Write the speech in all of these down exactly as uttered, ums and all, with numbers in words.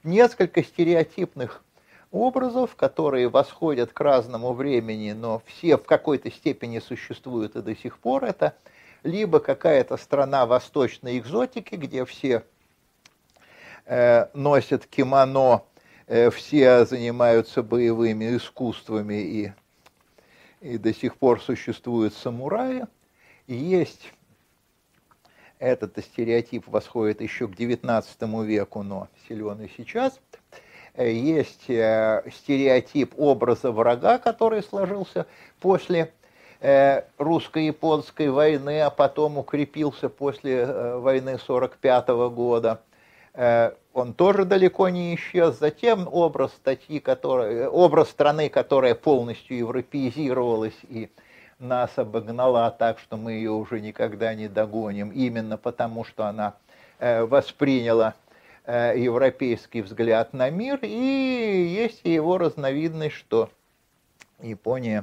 несколько стереотипных образов, которые восходят к разному времени, но все в какой-то степени существуют и до сих пор. Это либо какая-то страна восточной экзотики, где все э, носят кимоно, э, все занимаются боевыми искусствами и, и до сих пор существуют самураи. И есть этот стереотип восходит еще к девятнадцатому веку, но силен и сейчас. Есть стереотип образа врага, который сложился после русско-японской войны, а потом укрепился после войны сорок пятого года. Он тоже далеко не исчез. Затем образ статьи, который, образ страны, которая полностью европеизировалась и нас обогнала так, что мы ее уже никогда не догоним, именно потому, что она восприняла европейский взгляд на мир, и есть и его разновидность, что Япония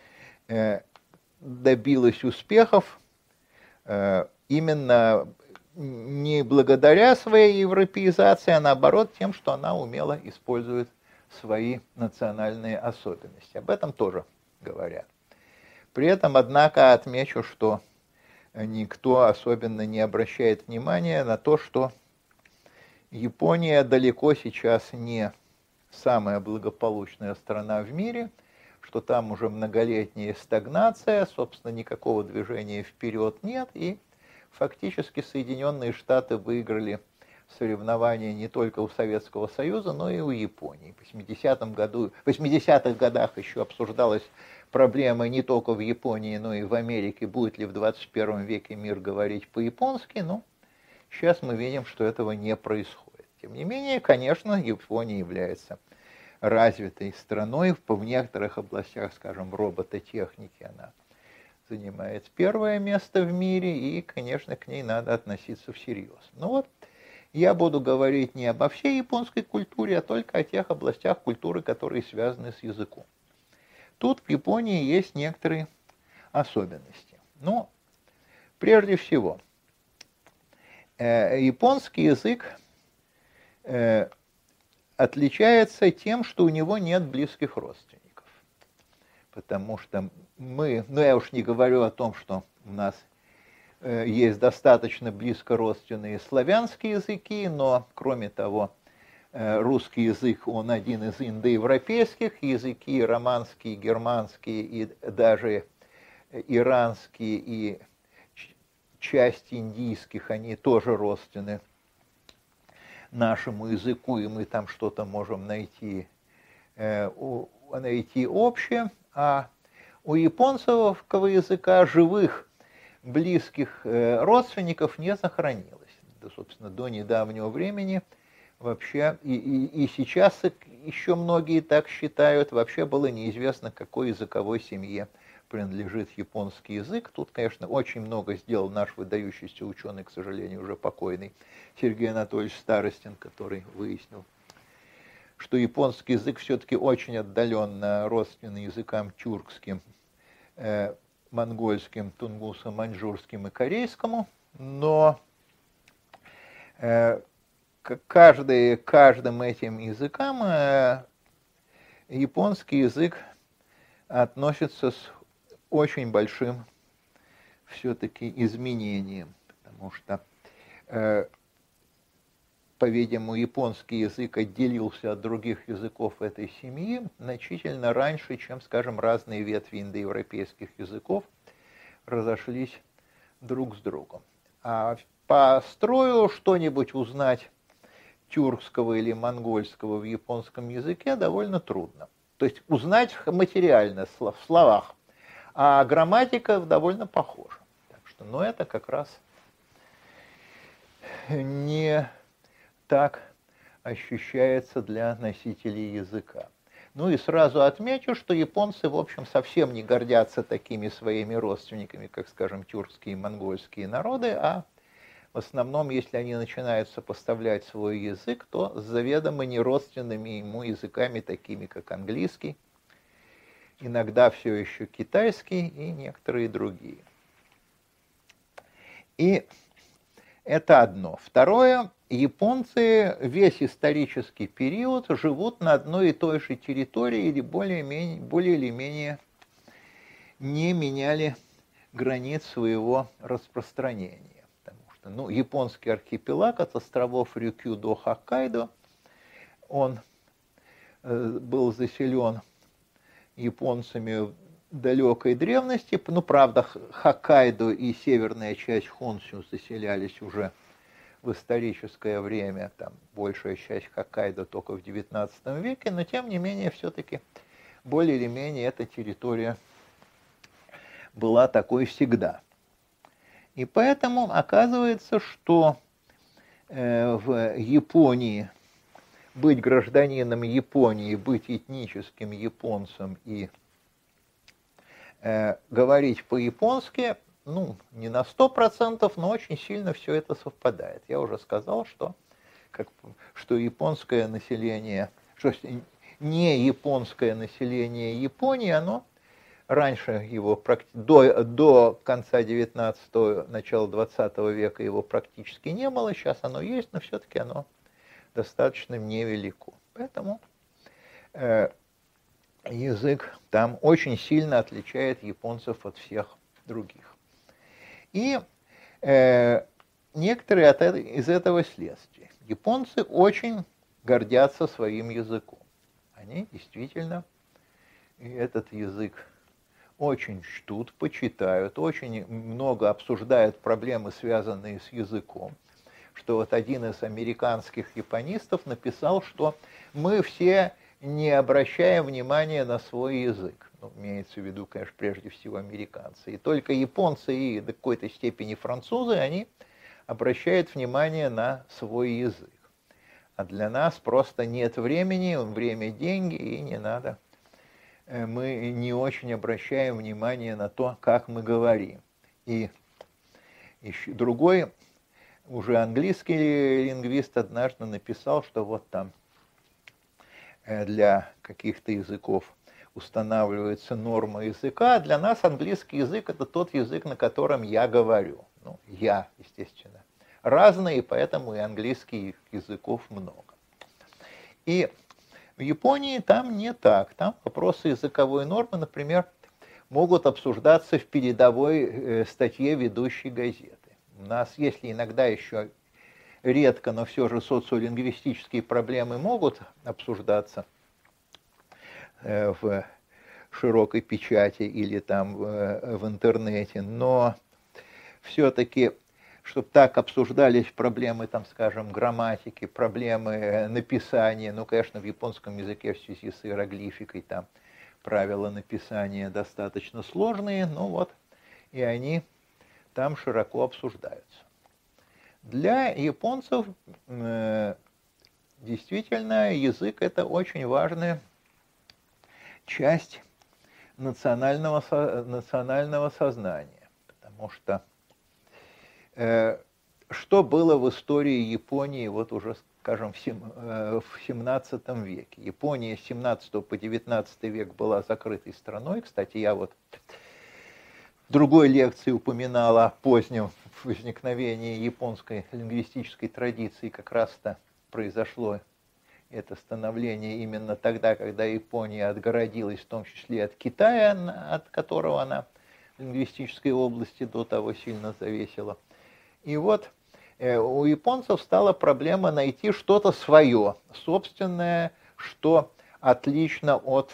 добилась успехов именно не благодаря своей европеизации, а наоборот тем, что она умело использует свои национальные особенности. Об этом тоже говорят. При этом, однако, отмечу, что никто особенно не обращает внимания на то, что Япония далеко сейчас не самая благополучная страна в мире, что там уже многолетняя стагнация, собственно, никакого движения вперед нет, и фактически Соединенные Штаты выиграли соревнования не только у Советского Союза, но и у Японии. В восьмидесятом году, в восьмидесятых годах еще обсуждалась проблема не только в Японии, но и в Америке, будет ли в двадцать первом веке мир говорить по-японски, но сейчас мы видим, что этого не происходит. Тем не менее, конечно, Япония является развитой страной, в некоторых областях, скажем, робототехники она занимает первое место в мире, и, конечно, к ней надо относиться всерьез. Но вот я буду говорить не обо всей японской культуре, а только о тех областях культуры, которые связаны с языком. Тут в Японии есть некоторые особенности. Но прежде всего, э, японский язык э, отличается тем, что у него нет близких родственников. Потому что мы, ну я уж не говорю о том, что у нас э, есть достаточно близко родственные славянские языки, но кроме того, русский язык, он один из индоевропейских, языки романские, германские и даже иранские и часть индийских, они тоже родственны нашему языку, и мы там что-то можем найти, найти общее. А у японского языка живых, близких родственников не сохранилось. Да, собственно, до недавнего времени вообще, и, и, и сейчас еще многие так считают, вообще было неизвестно, какой языковой семье принадлежит японский язык. Тут, конечно, очень много сделал наш выдающийся ученый, к сожалению, уже покойный Сергей Анатольевич Старостин, который выяснил, что японский язык все-таки очень отдаленно родственный языкам тюркским, э, монгольским, тунгусо-маньчжурским и корейскому, но э, Каждый, каждым этим языкам э, японский язык относится с очень большим все-таки изменением, потому что, э, по-видимому, японский язык отделился от других языков этой семьи значительно раньше, чем, скажем, разные ветви индоевропейских языков разошлись друг с другом. А по строю что-нибудь узнать тюркского или монгольского в японском языке довольно трудно. То есть узнать материально в словах, а грамматика довольно похожа. Так что, но это как раз не так ощущается для носителей языка. Ну и сразу отмечу, что японцы, в общем, совсем не гордятся такими своими родственниками, как, скажем, тюркские и монгольские народы, а в основном, если они начинают сопоставлять свой язык, то с заведомо неродственными ему языками, такими как английский, иногда все еще китайский и некоторые другие. И Это одно. Второе, японцы весь исторический период живут на одной и той же территории или более, более или менее не меняли границ своего распространения. Потому что ну, японский архипелаг от островов Рюкю до Хоккайдо, он э, был заселен японцами в далекой древности. Ну, правда, Хоккайдо и северная часть Хонсю заселялись уже в историческое время, там большая часть Хоккайдо только в девятнадцатом веке, но тем не менее все-таки более или менее эта территория была такой всегда. И поэтому оказывается, что э, в Японии быть гражданином Японии, быть этническим японцем и э, говорить по-японски, ну, не на сто процентов, но очень сильно все это совпадает. Я уже сказал, что, как, что японское население, что не японское население Японии, оно раньше его, до, до конца девятнадцатого, начала двадцатого века его практически не было, сейчас оно есть, но все-таки оно достаточно невелико. Поэтому э, язык там очень сильно отличает японцев от всех других. И э, некоторые от, из этого следствия. Японцы очень гордятся своим языком. Они действительно этот язык очень чтут, почитают, очень много обсуждают проблемы, связанные с языком. Что вот один из американских японистов написал, что мы все не обращаем внимания на свой язык. Ну, имеется в виду, конечно, прежде всего американцы. И только японцы и до какой-то степени французы, они обращают внимание на свой язык. А для нас просто нет времени, время – деньги, и не надо. Мы не очень обращаем внимание на то, как мы говорим. И еще другой, уже английский лингвист однажды написал, что вот там для каких-то языков устанавливается норма языка, а для нас английский язык – это тот язык, на котором я говорю. Ну, я, естественно. Разные, поэтому и английских языков много. И в Японии там не так. Там вопросы языковой нормы, например, могут обсуждаться в передовой статье ведущей газеты. У нас, если иногда еще редко, но все же социолингвистические проблемы могут обсуждаться в широкой печати или там в интернете, но все-таки, чтобы так обсуждались проблемы, там, скажем, грамматики, проблемы написания, ну, конечно, в японском языке в связи с иероглификой там правила написания достаточно сложные, но вот и они там широко обсуждаются. Для японцев э, действительно язык – это очень важная часть национального, со, национального сознания, потому что э, что было в истории Японии вот уже, скажем, в, сем, э, в семнадцатом веке? Япония с семнадцатого по девятнадцатый век была закрытой страной. Кстати, я вот в другой лекции упоминал о позднем возникновении японской лингвистической традиции. Как раз-то произошло это становление именно тогда, когда Япония отгородилась, в том числе от Китая, от которого она в лингвистической области до того сильно зависела. И вот э, у японцев стала проблема найти что-то свое, собственное, что отлично от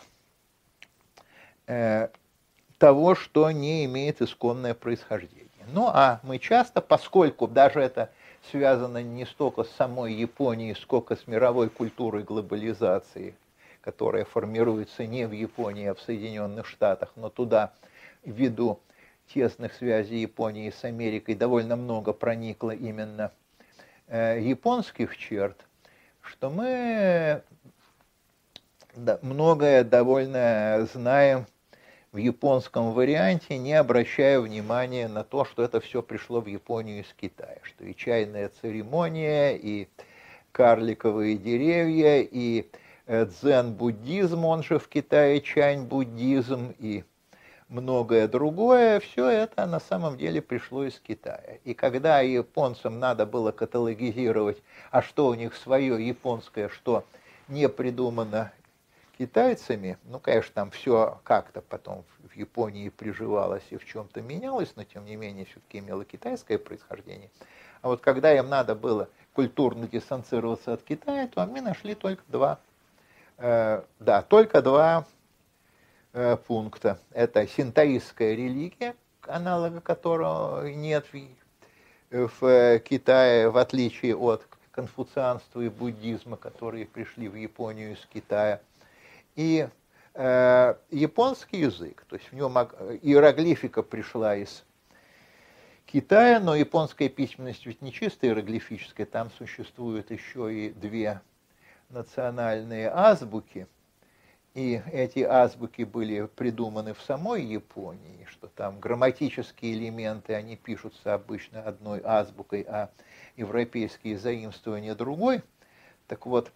э, того, что не имеет исконное происхождение. Ну, а мы часто, поскольку даже это связано не столько с самой Японией, сколько с мировой культурой глобализации, которая формируется не в Японии, а в Соединенных Штатах, но туда, ввиду тесных связей Японии с Америкой, довольно много проникло именно э, японских черт, что мы да, многое довольно знаем в японском варианте, не обращая внимания на то, что это все пришло в Японию из Китая, что и чайная церемония, и карликовые деревья, и дзен-буддизм, он же в Китае чань-буддизм, и многое другое, все это на самом деле пришло из Китая. И когда японцам надо было каталогизировать, а что у них свое японское, что не придумано китайцами, ну, конечно, там все как-то потом в Японии приживалось и в чем-то менялось, но тем не менее все-таки имело китайское происхождение. А вот когда им надо было культурно дистанцироваться от Китая, то они нашли только два, э, да, только два э, пункта. Это синтоистская религия, аналога которого нет в, в Китае, в отличие от конфуцианства и буддизма, которые пришли в Японию из Китая. И э, японский язык, то есть в нем иероглифика пришла из Китая, но японская письменность ведь не чисто иероглифическая, там существуют еще и две национальные азбуки, и эти азбуки были придуманы в самой Японии, что там грамматические элементы, они пишутся обычно одной азбукой, а европейские заимствования другой. Так вот,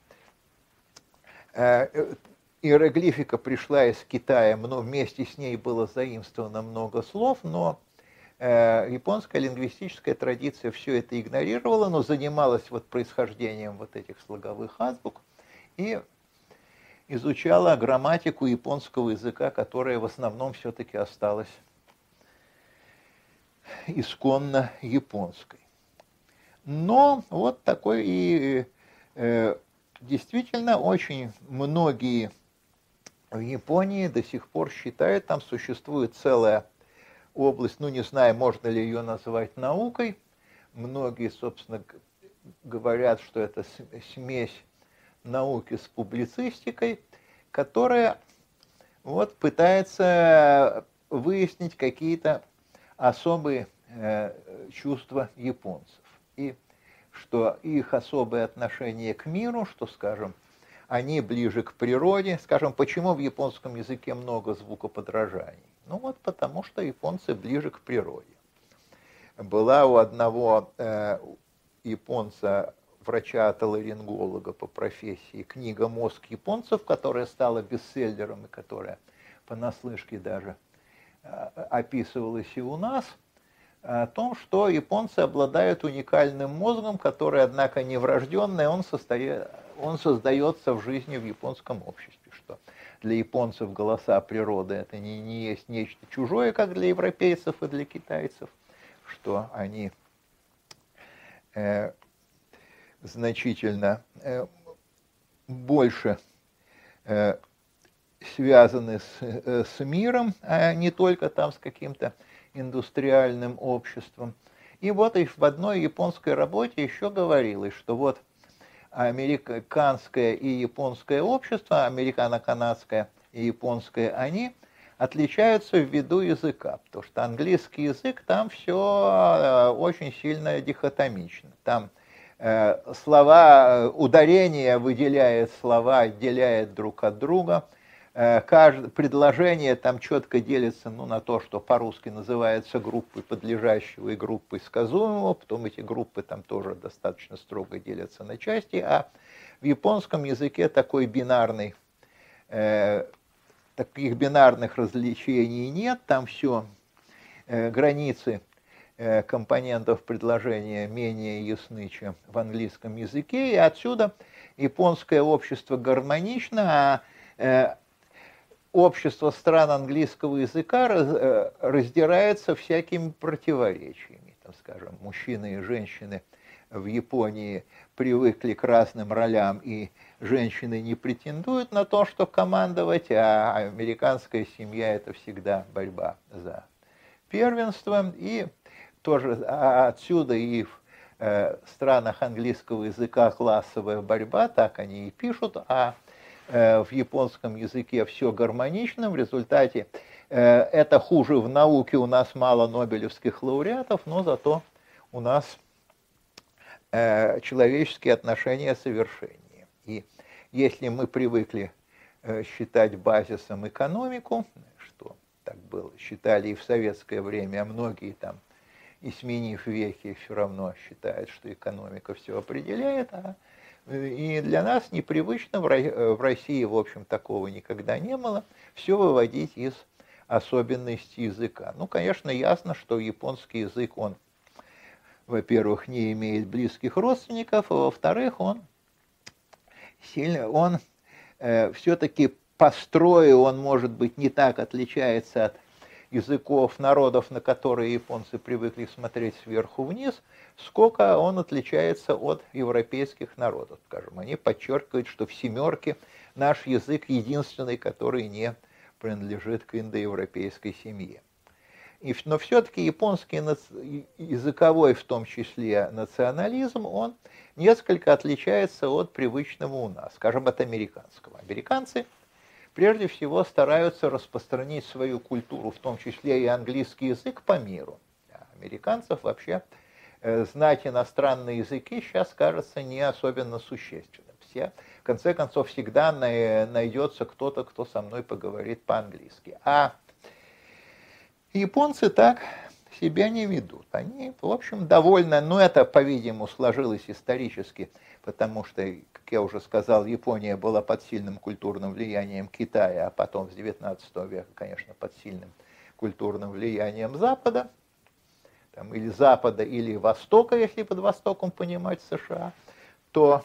э, иероглифика пришла из Китая, но вместе с ней было заимствовано много слов, но э, японская лингвистическая традиция все это игнорировала, но занималась вот происхождением вот этих слоговых азбук и изучала грамматику японского языка, которая в основном все-таки осталась исконно японской. Но вот такой и э, действительно очень многие в Японии до сих пор считают, там существует целая область, ну не знаю, можно ли ее назвать наукой. Многие, собственно, говорят, что это смесь науки с публицистикой, которая вот пытается выяснить какие-то особые э, чувства японцев. И что их особое отношение к миру, что, скажем, они ближе к природе. Скажем, почему в японском языке много звукоподражаний? Ну вот потому, что японцы ближе к природе. Была у одного э, японца, врача-отоларинголога по профессии, книга «Мозг японцев», которая стала бестселлером и которая понаслышке даже э, описывалась и у нас, о том, что японцы обладают уникальным мозгом, который, однако, не врожденный, он, состоит, он создается в жизни в японском обществе, что для японцев голоса природы это не, не есть нечто чужое, как для европейцев и для китайцев, что они э, значительно э, больше э, связаны с, э, с миром, а не только там с каким-то индустриальным обществом. И вот и в одной японской работе еще говорилось, что вот американское и японское общество, американо-канадское и японское, они отличаются ввиду языка, потому что английский язык, там все очень сильно дихотомично. Там э, слова, ударение выделяет слова, отделяет друг от друга. Каждое предложение там четко делится, ну, на то, что по-русски называется группой подлежащего и группой сказуемого, потом эти группы там тоже достаточно строго делятся на части, а в японском языке такой бинарный, э, таких бинарных различений нет, там все, э, границы э, компонентов предложения менее ясны, чем в английском языке, и отсюда японское общество гармонично, а э, общество стран английского языка раз, раздирается всякими противоречиями. Там, скажем, мужчины и женщины в Японии привыкли к разным ролям, и женщины не претендуют на то, что командовать, а американская семья – это всегда борьба за первенство. И тоже отсюда и в э, странах английского языка классовая борьба, так они и пишут, а в японском языке все гармонично, в результате э, это хуже в науке, у нас мало нобелевских лауреатов, но зато у нас э, человеческие отношения совершеннее. И если мы привыкли э, считать базисом экономику, что так было, считали и в советское время, а многие там, и сменив веки, все равно считают, что экономика все определяет, а и для нас непривычно, в России, в общем, такого никогда не было, все выводить из особенности языка. Ну, конечно, ясно, что японский язык, он, во-первых, не имеет близких родственников, а во-вторых, он сильно, он э, все-таки по строю, он, может быть, не так отличается от языков народов, на которые японцы привыкли смотреть сверху вниз, сколько он отличается от европейских народов. Скажем, они подчеркивают, что в семерке наш язык единственный, который не принадлежит к индоевропейской семье. И, но все-таки японский языковой, в том числе национализм, он несколько отличается от привычного у нас, скажем, от американского. Американцы прежде всего стараются распространить свою культуру, в том числе и английский язык, по миру. А американцев вообще э, знать иностранные языки сейчас кажется не особенно существенным. Все, в конце концов, всегда на, найдется кто-то, кто со мной поговорит по-английски. А японцы так себя не ведут. Они, в общем, довольно, но это, по-видимому, сложилось исторически, потому что, как я уже сказал, Япония была под сильным культурным влиянием Китая, а потом с девятнадцатого века, конечно, под сильным культурным влиянием Запада, там, или Запада, или Востока, если под Востоком понимать США, то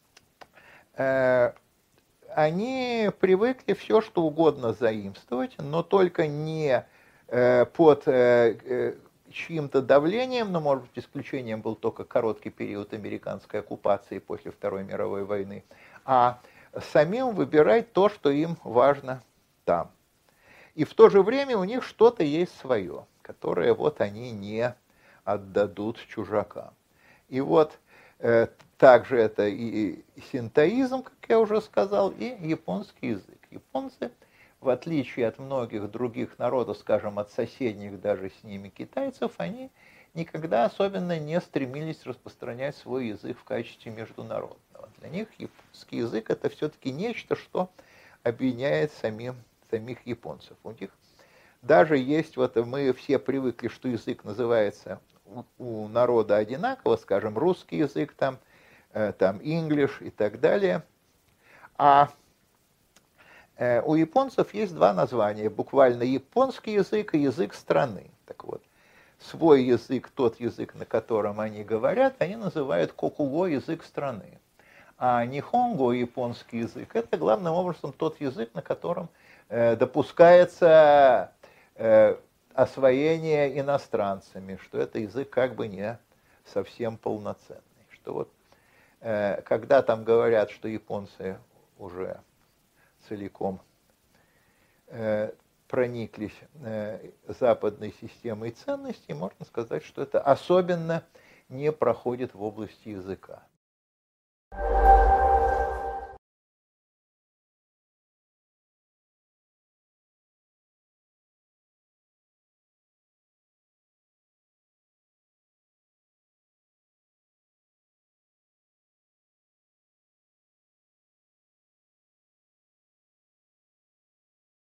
э, они привыкли все, что угодно заимствовать, но только не под чьим-то давлением, но, может быть, исключением был только короткий период американской оккупации после Второй мировой войны, а самим выбирать то, что им важно там. И в то же время у них что-то есть свое, которое вот они не отдадут чужакам. И вот э, также это и синтоизм, как я уже сказал, и японский язык. Японцы, в отличие от многих других народов, скажем, от соседних даже с ними китайцев, они никогда особенно не стремились распространять свой язык в качестве международного. Для них японский язык – это все-таки нечто, что объединяет самим, самих японцев. У них даже есть, вот мы все привыкли, что язык называется у, у народа одинаково, скажем, русский язык, там, э, там, English и так далее, а у японцев есть два названия, буквально японский язык и язык страны. Так вот, свой язык, тот язык, на котором они говорят, они называют кокуго, язык страны. А нихонго, японский язык, это главным образом тот язык, на котором э, допускается э, освоение иностранцами, что это язык как бы не совсем полноценный. Что вот, э, когда там говорят, что японцы уже целиком э, прониклись э, западной системой ценностей, можно сказать, что это особенно не проходит в области языка.